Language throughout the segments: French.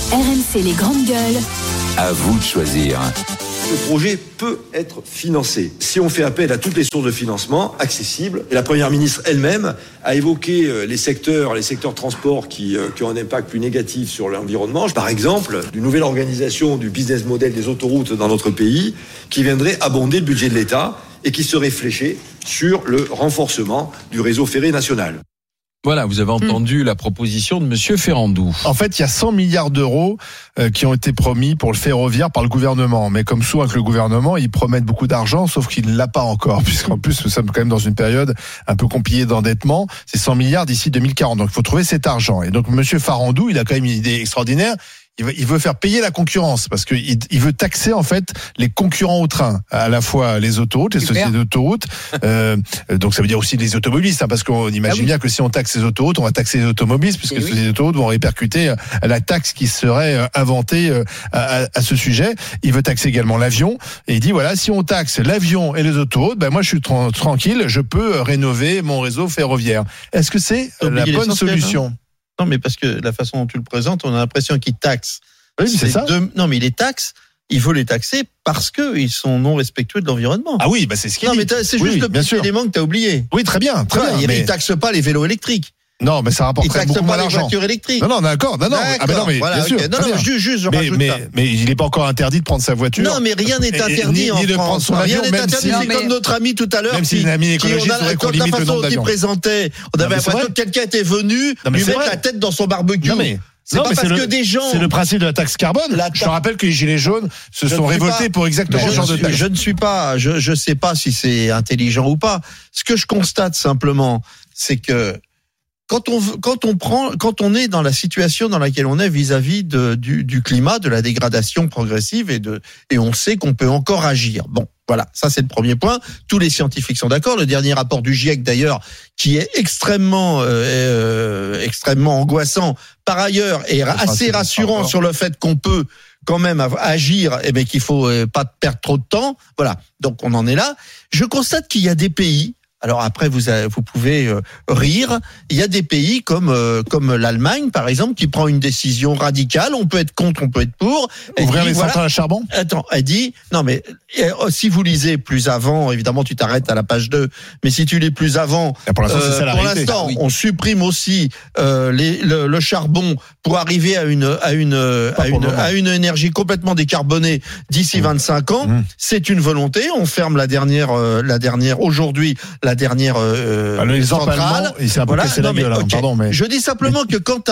RMC les grandes gueules. À vous de choisir. Le projet peut être financé si on fait appel à toutes les sources de financement accessibles. Et la Première ministre elle-même a évoqué les secteurs transport qui ont un impact plus négatif sur l'environnement. Par exemple, d'une nouvelle organisation du business model des autoroutes dans notre pays qui viendrait abonder le budget de l'État et qui serait fléché sur le renforcement du réseau ferré national. Voilà, vous avez entendu la proposition de Monsieur Ferrandou. En fait, il y a 100 milliards d'euros qui ont été promis pour le ferroviaire par le gouvernement. Mais comme souvent avec le gouvernement, ils promettent beaucoup d'argent, sauf qu'il ne l'a pas encore, puisqu'en plus, nous sommes quand même dans une période un peu compliquée d'endettement. C'est 100 milliards d'ici 2040. Donc, il faut trouver cet argent. Et donc, Monsieur Ferrandou, il a quand même une idée extraordinaire. Il veut faire payer la concurrence parce qu'il veut taxer en fait les concurrents au train, à la fois les autoroutes, les sociétés d'autoroutes. Donc ça veut dire aussi les automobilistes, parce qu'on imagine bien que si on taxe les autoroutes, on va taxer les automobilistes, puisque les sociétés d'autoroutes vont répercuter la taxe qui serait inventée à ce sujet. Il veut taxer également l'avion et il dit voilà, si on taxe l'avion et les autoroutes, ben moi je suis tranquille, je peux rénover mon réseau ferroviaire. Est-ce que c'est la bonne solution? Non, mais parce que la façon dont tu le présentes, on a l'impression qu'il taxe. Oui, c'est ça. Non, mais il les taxe. Il faut les taxer parce qu'ils sont non respectueux de l'environnement. Ah oui, bah c'est ce qu'il dit. Non, mais c'est juste le petit élément que tu as oublié. Oui, très bien. Il ne taxe pas les vélos électriques. Non, mais ça rapporterait beaucoup moins d'argent. Il taxe pas les voitures électriques. Non, d'accord. Non, mais voilà, bien sûr. Okay. Non, juste, je rajoute ça. Mais il n'est pas encore interdit de prendre sa voiture. Non, mais rien n'est interdit en France. Ni de prendre son avion, rien n'est interdit. C'est comme notre ami tout à l'heure. Même si l'ami écologiste voudrait qu'on limite le nombre d'avions. La façon dont il présentait, on avait l'impression que quelqu'un était venu lui mettre la tête dans son barbecue. C'est pas parce que des gens. C'est le principe de la taxe carbone. Je te rappelle que les Gilets jaunes se sont révoltés pour exactement ce genre de taxe. Je sais pas si c'est intelligent ou pas. Ce que je constate simplement, c'est que quand on est dans la situation dans laquelle on est vis-à-vis du climat, de la dégradation progressive et on sait qu'on peut encore agir. Bon, voilà, ça c'est le premier point. Tous les scientifiques sont d'accord. Le dernier rapport du GIEC d'ailleurs, qui est extrêmement angoissant par ailleurs et assez rassurant sur le fait qu'on peut quand même agir, et bien qu'il faut pas perdre trop de temps. Voilà, donc on en est là. Je constate qu'il y a des pays. Alors après, vous pouvez rire. Il y a des pays comme l'Allemagne, par exemple, qui prend une décision radicale. On peut être contre, on peut être pour. Ouvrir les centrales à charbon. Attends, elle dit non, mais si vous lisez plus avant, évidemment, tu t'arrêtes à la page 2. Mais si tu lis plus avant, pour l'instant, c'est ça la réalité. Pour l'instant, on supprime aussi le charbon pour arriver à une énergie complètement décarbonée d'ici 25 ans. C'est une volonté. On ferme la dernière aujourd'hui. La dernière centrale. Voilà. Pardon, mais je dis simplement que quand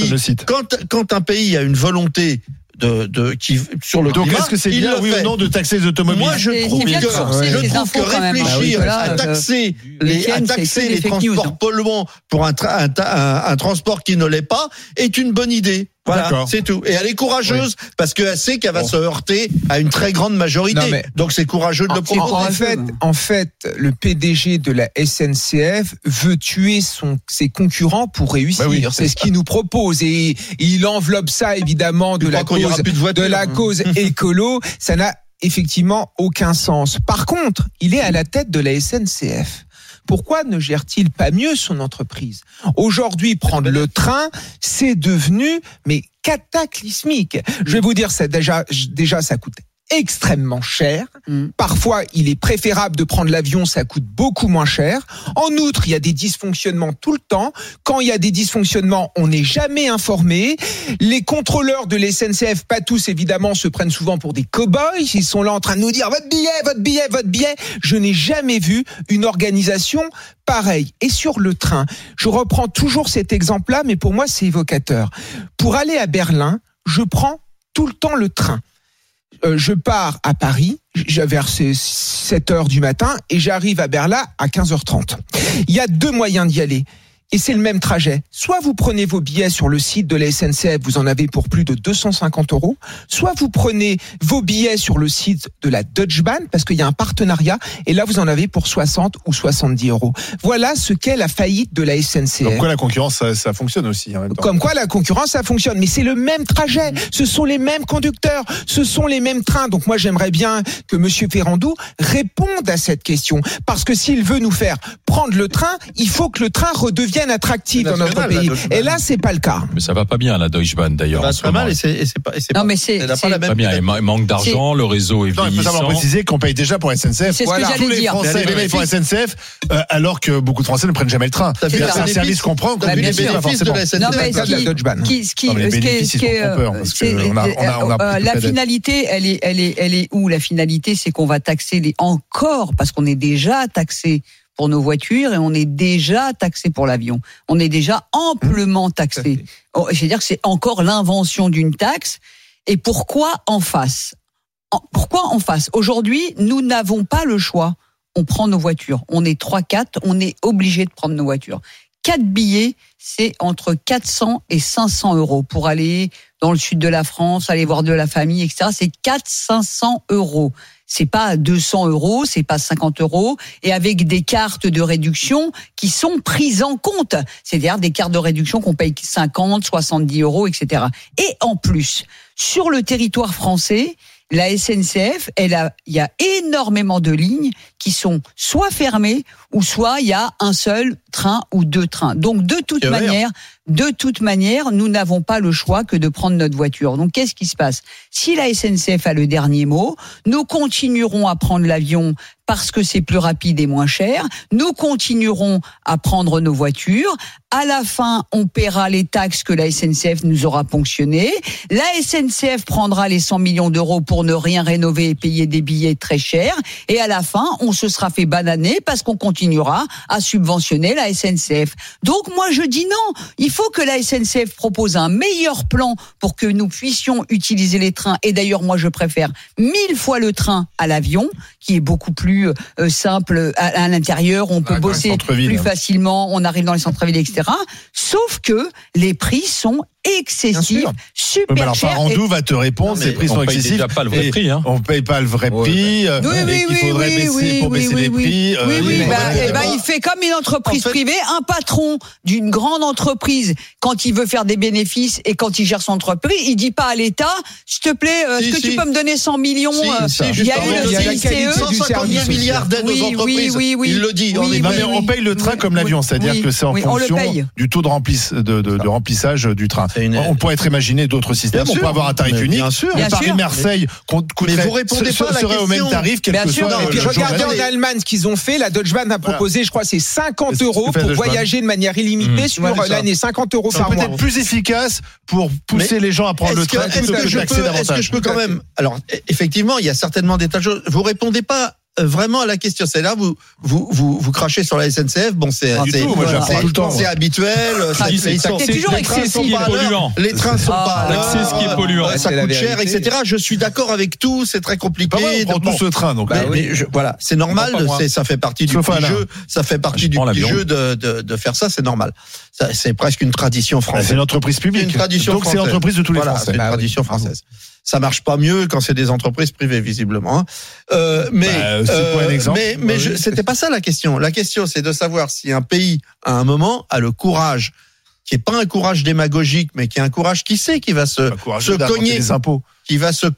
un pays a une volonté qui sur le donc climat, est-ce que c'est bien oui ou non de taxer les automobiles? Moi je trouve que réfléchir à taxer les transports polluants pour un transport qui ne l'est pas est une bonne idée. Voilà, c'est tout. Et elle est courageuse parce qu'elle sait qu'elle va se heurter à une très grande majorité. Donc c'est courageux de le proposer. En fait, le PDG de la SNCF veut tuer ses concurrents pour réussir. C'est ce qu'il nous propose et il enveloppe ça évidemment de la cause écolo. Ça n'a effectivement aucun sens. Par contre, il est à la tête de la SNCF. Pourquoi ne gère-t-il pas mieux son entreprise? Aujourd'hui, prendre le train, c'est devenu cataclysmique. Je vais vous dire, ça déjà ça coûte extrêmement cher. Parfois, il est préférable de prendre l'avion, ça coûte beaucoup moins cher. En outre, il y a des dysfonctionnements tout le temps. Quand il y a des dysfonctionnements, on n'est jamais informé. Les contrôleurs de l'SNCF, pas tous évidemment, se prennent souvent pour des cow-boys. Ils sont là en train de nous dire votre billet. Je n'ai jamais vu une organisation pareille. Et sur le train, je reprends toujours cet exemple-là, mais pour moi, c'est évocateur. Pour aller à Berlin, je prends tout le temps le train. Je pars à Paris vers 7h du matin et j'arrive à Berlin à 15h30. Il y a 2 moyens d'y aller. Et c'est le même trajet. Soit vous prenez vos billets sur le site de la SNCF, vous en avez pour plus de 250 €. Soit vous prenez vos billets sur le site de la Deutsche Bahn, parce qu'il y a un partenariat, et là vous en avez pour 60 ou 70 €. Voilà ce qu'est la faillite de la SNCF. Comme quoi la concurrence, ça fonctionne aussi en même temps. Comme quoi la concurrence, ça fonctionne. Mais c'est le même trajet. Ce sont les mêmes conducteurs. Ce sont les mêmes trains. Donc moi j'aimerais bien que Monsieur Ferrandou réponde à cette question. Parce que s'il veut nous faire prendre le train, il faut que le train redevienne devienne attractive dans notre pays. Et là, c'est pas le cas. Mais ça va pas bien, la Deutsche Bahn, d'ailleurs. Ça va très mal et c'est pas. Non, mais c'est pas la même. Pas bien, il manque d'argent, le réseau est vieillissant. Il faut savoir préciser qu'on paye déjà pour SNCF. C'est ce que j'allais Tous les dire. Français payent pour SNCF, alors que beaucoup de Français ne prennent jamais le train. C'est un service qu'on prend, comme les bénéfices de la SNCF. Non, mais la finalité, elle est où? La finalité, c'est qu'on va taxer encore, parce qu'on est déjà taxé pour nos voitures et on est déjà taxé pour l'avion. On est déjà amplement taxé. Je veux dire que c'est encore l'invention d'une taxe. Et pourquoi en face? Aujourd'hui, nous n'avons pas le choix. On prend nos voitures. On est 3-4, on est obligé de prendre nos voitures. 4 billets, c'est entre 400 et 500 euros pour aller dans le sud de la France, aller voir de la famille, etc. C'est 400-500 euros. C'est pas 200 euros, c'est pas 50 euros, et avec des cartes de réduction qui sont prises en compte. C'est-à-dire des cartes de réduction qu'on paye 50, 70 euros, etc. Et en plus, sur le territoire français, la SNCF, il y a énormément de lignes qui sont soit fermées ou soit il y a un seul train ou 2 trains. Donc de toute manière, nous n'avons pas le choix que de prendre notre voiture. Donc qu'est-ce qui se passe? Si la SNCF a le dernier mot, nous continuerons à prendre l'avion parce que c'est plus rapide et moins cher. Nous continuerons à prendre nos voitures. À la fin, on paiera les taxes que la SNCF nous aura ponctionnées. La SNCF prendra les 100 millions d'euros pour ne rien rénover et payer des billets très chers. Et à la fin, on se sera fait bananer parce qu'on continuera à subventionner la SNCF. Donc moi, je dis non. Il faut que la SNCF propose un meilleur plan pour que nous puissions utiliser les trains. Et d'ailleurs, moi, je préfère 1000 fois le train à l'avion, qui est beaucoup plus simple à l'intérieur, on peut bosser plus facilement, on arrive dans les centres-villes, etc. Sauf que les prix sont excessifs, super alors, chers. Farandou va te répondre, ces prix sont excessifs. On paye pas le vrai prix. Hein. On paye pas le vrai prix. Il faudrait baisser pour baisser les prix. Il fait comme une entreprise privée. Un patron d'une grande entreprise, quand il veut faire des bénéfices et quand il gère son entreprise, il dit pas à l'État, s'il te plaît, est-ce que tu peux me donner 100 millions? Il y a eu le CICE. 150 milliards d'aides aux entreprises. Il le dit. On paye le train comme l'avion, c'est-à-dire que c'est en fonction du taux de remplissage du train. On pourrait être imaginé d'autres systèmes. On peut avoir un tarif unique. Paris-Marseille serait au même tarif, quel que soit. Et puis regardez en Allemagne ce qu'ils ont fait. La Deutsche Bahn a proposé, je crois, c'est 50 euros pour voyager de manière illimitée sur l'année. 50 euros par mois. C'est peut-être plus efficace pour pousser les gens à prendre le train plutôt que de taxer davantage. Est-ce que je peux quand même... Alors, effectivement, il y a certainement des tas de choses. Vous répondez pas vraiment à la question. C'est là vous crachez sur la SNCF. Bon, c'est habituel. C'est toujours polluant. Les trains sont pas là. C'est ce qui est polluant. Ça coûte cher, etc. Je suis d'accord avec tout. C'est très compliqué. On prend tout ce train, donc. Voilà, c'est normal. Ça fait partie du jeu. Ça fait partie du jeu de faire ça. C'est normal. C'est presque une tradition française. C'est une entreprise publique. Donc c'est l'entreprise de tous les Français. C'est une tradition française. Ça marche pas mieux quand c'est des entreprises privées, visiblement. Mais c'était pas ça la question. La question, c'est de savoir si un pays, à un moment, a le courage, qui est pas un courage démagogique, mais qui est un courage qui sait qu'il va se cogner, qui va se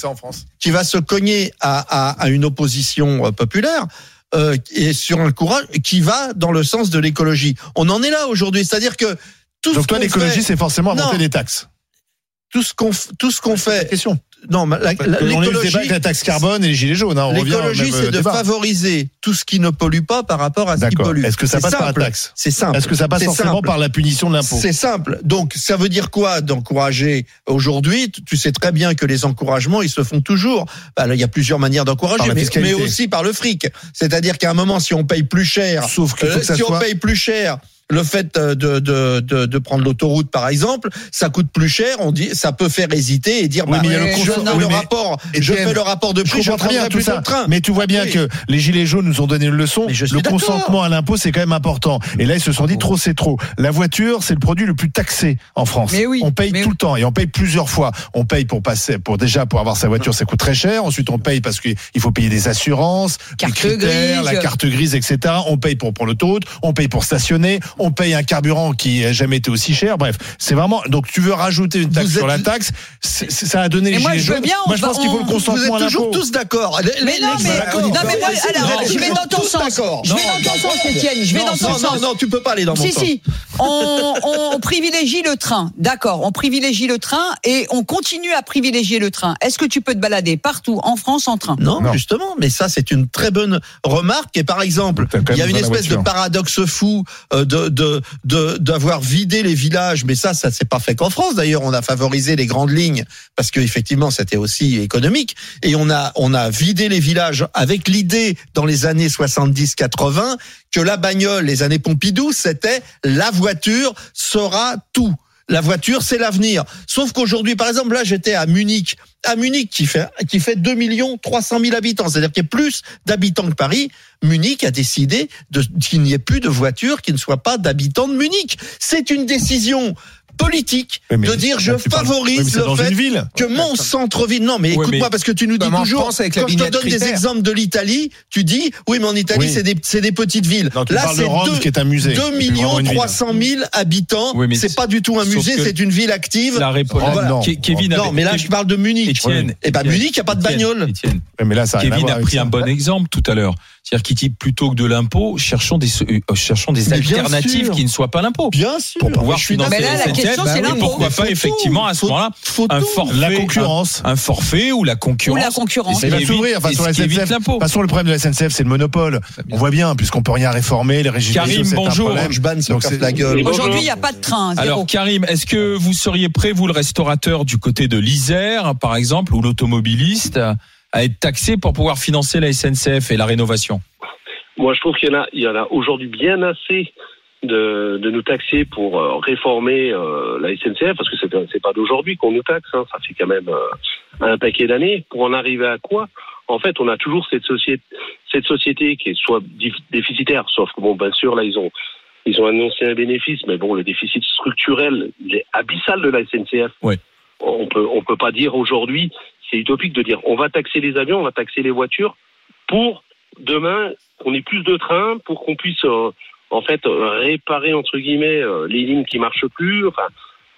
cogner à une opposition populaire. Et sur un courage qui va dans le sens de l'écologie. On en est là aujourd'hui, c'est-à-dire que donc toi, l'écologie, c'est forcément inventer des taxes. Tout ce qu'on fait. Question. Non, l'écologie, la taxe carbone et les gilets jaunes. L'écologie, c'est de favoriser tout ce qui ne pollue pas par rapport à ce qui pollue. Est-ce que ça passe par la taxe? C'est simple. Est-ce que ça passe forcément par la punition de l'impôt? C'est simple. Donc, ça veut dire quoi d'encourager aujourd'hui? Tu sais très bien que les encouragements, ils se font toujours. Il y a plusieurs manières d'encourager, mais aussi par le fric. C'est-à-dire qu'à un moment, si on paye plus cher, on paye plus cher. Le fait de prendre l'autoroute, par exemple, ça coûte plus cher. On dit, ça peut faire hésiter et dire, je fais le rapport de prix, je prendrai plus le train. Mais tu vois bien que les gilets jaunes nous ont donné une leçon. Le consentement à l'impôt, c'est quand même important. Et là, ils se sont dit, trop, c'est trop. La voiture, c'est le produit le plus taxé en France. On paye tout le temps et on paye plusieurs fois. On paye pour avoir sa voiture, ça coûte très cher. Ensuite, on paye parce qu'il faut payer des assurances, les critères, la carte grise, etc. On paye pour l'autoroute, on paye pour stationner. on paye un carburant qui n'a jamais été aussi cher. Bref, c'est vraiment. Donc tu veux rajouter une taxe sur la taxe, ça a donné les gilets jaunes. Moi je pense qu'il faut le consentement à l'impôt. Vous êtes toujours tous d'accord. Mais non, mais moi, alors, je vais dans ton sens. Je vais dans ton sens, Étienne. Je vais dans ton sens. Non, tu peux pas aller dans mon sens. Si. On privilégie le train. D'accord, on privilégie le train et on continue à privilégier le train. Est-ce que tu peux te balader partout en France en train? Non, justement. Mais ça, c'est une très bonne remarque. Et par exemple, il y a une espèce de paradoxe fou d'avoir vidé les villages. Mais ça s'est pas fait qu'en France. D'ailleurs, on a favorisé les grandes lignes parce que effectivement, c'était aussi économique. Et on a vidé les villages avec l'idée dans les années 70-80 que la bagnole, les années Pompidou, c'était la voiture sera tout. La voiture, c'est l'avenir. Sauf qu'aujourd'hui, par exemple, là, j'étais à Munich. À Munich, qui fait 2 300 000 habitants. C'est-à-dire qu'il y a plus d'habitants que Paris. Munich a décidé qu'il n'y ait plus de voitures qui ne soient pas d'habitants de Munich. C'est une décision politique de dire je favorise le fait que mon centre-ville. Non, mais écoute-moi, parce que tu nous dis toujours, quand je te donne des exemples de l'Italie, tu dis, oui, mais en Italie, c'est des petites villes. Non, là, c'est Rome, qui est un musée. 2 300 000 habitants. Oui, c'est pas du tout un musée, c'est une ville active. La réponse, non, mais là, je parle de Munich. Et ben, Munich, il n'y a pas de bagnole. Mais là, ça Kevin a pris un bon exemple tout à l'heure. C'est-à-dire qu'il dit plutôt que de l'impôt, cherchons des alternatives qui ne soient pas l'impôt. Bien sûr. Pour pouvoir financer la SNCF. Pourquoi pas effectivement à ce moment-là un forfait, la concurrence, un forfait ou la concurrence. Ou la concurrence. Il va s'ouvrir. Enfin, sur la SNCF. De toute façon, le problème de la SNCF, c'est le monopole. On voit bien, puisqu'on peut rien réformer, les régimes. Karim, bonjour. Aujourd'hui, il n'y a pas de train. Alors, Karim, est-ce que vous seriez prêt, vous, le restaurateur du côté de l'Isère, par exemple, ou l'automobiliste, à être taxé pour pouvoir financer la SNCF et la rénovation? Moi, je trouve qu'il y en a aujourd'hui bien assez de nous taxer pour réformer la SNCF, parce que c'est pas d'aujourd'hui qu'on nous taxe, hein, ça fait quand même un paquet d'années. Pour en arriver à quoi? En fait, on a toujours cette société qui est soit déficitaire, sauf que bon, bien sûr, là ils ont annoncé un bénéfice, mais bon, le déficit structurel, il est abyssal de la SNCF. Oui. On peut pas dire aujourd'hui, c'est utopique de dire on va taxer les avions, on va taxer les voitures pour demain qu'on ait plus de trains, pour qu'on puisse en fait réparer entre guillemets les lignes qui marchent plus. Enfin,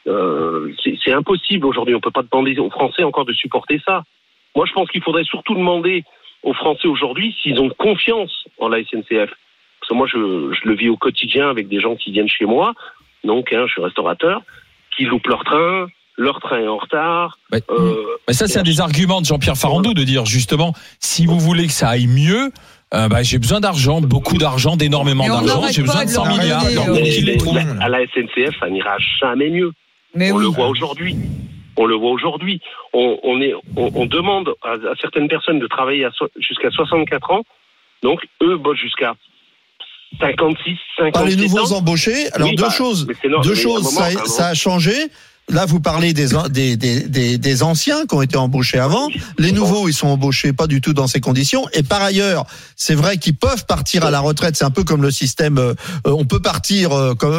c'est impossible aujourd'hui. On peut pas demander aux Français encore de supporter ça. Moi, je pense qu'il faudrait surtout demander aux Français aujourd'hui s'ils ont confiance en la SNCF. Parce que moi, je le vis au quotidien avec des gens qui viennent chez moi. Donc, je suis restaurateur, qui loupent leur train est en retard. Mais ça, c'est un des arguments de Jean-Pierre Farandou de dire justement, si vous voulez que ça aille mieux, j'ai besoin d'argent, beaucoup d'argent, d'énormément d'argent. J'ai besoin de 100 milliards. À la SNCF, ça n'ira jamais mieux. Mais le voit aujourd'hui. On le voit aujourd'hui. On demande à certaines personnes de travailler jusqu'à 64 ans. Donc, eux bossent jusqu'à 56, 57 ans. Les nouveaux embauchés. Alors, deux choses. Ça a changé. Là, vous parlez des anciens qui ont été embauchés avant. Les nouveaux, ils sont embauchés pas du tout dans ces conditions. Et par ailleurs, c'est vrai qu'ils peuvent partir à la retraite. C'est un peu comme le système. On peut partir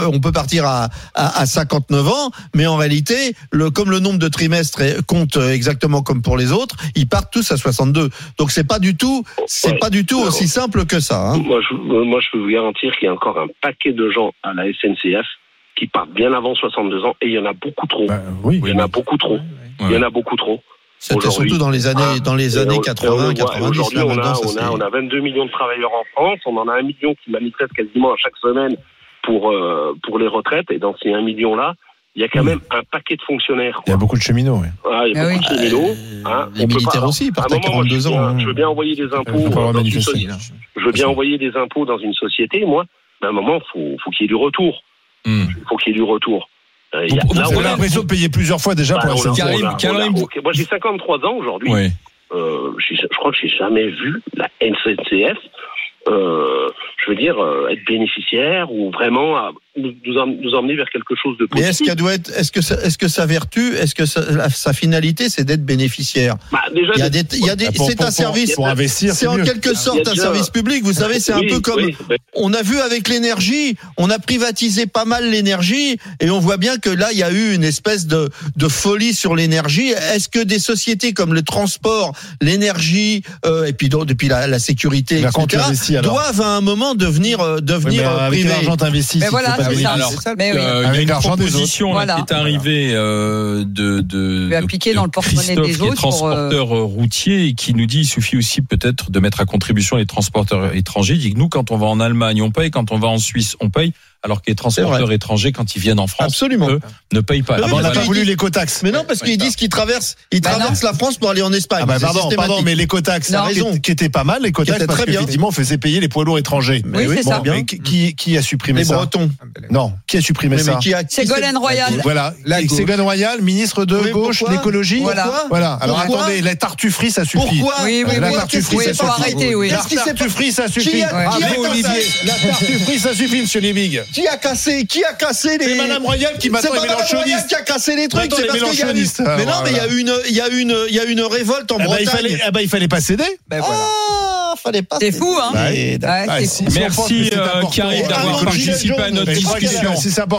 à 59 ans, mais en réalité, comme le nombre de trimestres compte exactement comme pour les autres, ils partent tous à 62. Donc c'est pas du tout aussi simple que ça. Hein. Moi, je peux vous garantir qu'il y a encore un paquet de gens à la SNCF qui partent bien avant 62 ans, et il y en a beaucoup trop. Il y en a beaucoup trop. Il y en a beaucoup trop. C'était surtout dans les années 80, 90. Aujourd'hui, on a 22 millions de travailleurs en France. On en a 1 million qui manifestent quasiment à chaque semaine pour les retraites. Et dans ces 1 million-là, il y a quand même un paquet de fonctionnaires. Il y a beaucoup de cheminots. Il y a beaucoup de cheminots. Les militaires aussi, ils partent à 42 ans. Je veux bien envoyer des impôts. Je veux bien envoyer des impôts dans une société. Moi, à un moment, faut qu'il y ait du retour. Il faut qu'il y ait du retour. Vous avez l'impression de payer plusieurs fois déjà pour la SNCF. Moi, j'ai 53 ans aujourd'hui. Oui. Je crois que j'ai jamais vu la SNCF, je veux dire, être bénéficiaire ou vraiment nous emmener vers quelque chose de positif. Mais est-ce que sa vertu, sa finalité, c'est d'être bénéficiaire? Déjà, c'est un service. Pour investir, c'est en quelque sorte un service public. Vous savez, c'est un peu comme on a vu avec l'énergie. On a privatisé pas mal l'énergie et on voit bien que là, il y a eu une espèce de folie sur l'énergie. Est-ce que des sociétés comme le transport, l'énergie et puis la sécurité, etc., doivent à un moment devenir privées? Avec l'argent investi, voilà, c'est ça. Alors, mais oui. il y a une proposition là, qui est arrivée de appliquer dans le porte-monnaie des Christophe, qui est autres transporteur routier et qui nous dit il suffit aussi peut-être de mettre à contribution les transporteurs étrangers. Il dit que nous, quand on va en Allemagne, on paye, quand on va en Suisse, on paye. Alors que les transporteurs étrangers, quand ils viennent en France, eux, ne payent pas. On n'a pas voulu l'écotaxe. Mais non, parce qu'ils disent qu'ils traversent la France pour aller en Espagne. Pardon, mais l'écotaxe, qui était pas mal, l'écotaxe, parce qu'effectivement, on faisait payer les poids lourds étrangers. Oui, c'est ça. Mais qui a supprimé ça? Les Bretons. Non, qui a supprimé ça? Ségolène Royal. Voilà. Ségolène Royal, ministre de gauche, l'écologie. Voilà. Alors attendez, la tartufferie, ça suffit. Pourquoi? La tartufferie, ça suffit. Arrêter, oui. La tartufferie, ça suffit. La tartufferie, ça suffit, monsieur Lévig. Qui a cassé les... C'est Madame Royal qui maintenant est mélanchoniste. Qui a cassé les trucs, c'est parce qu'il y a eu... Mais non, mais il y a une révolte en Bretagne. Il fallait pas céder. Fallait pas. C'est fou, hein. Merci Karim d'avoir participé à notre discussion.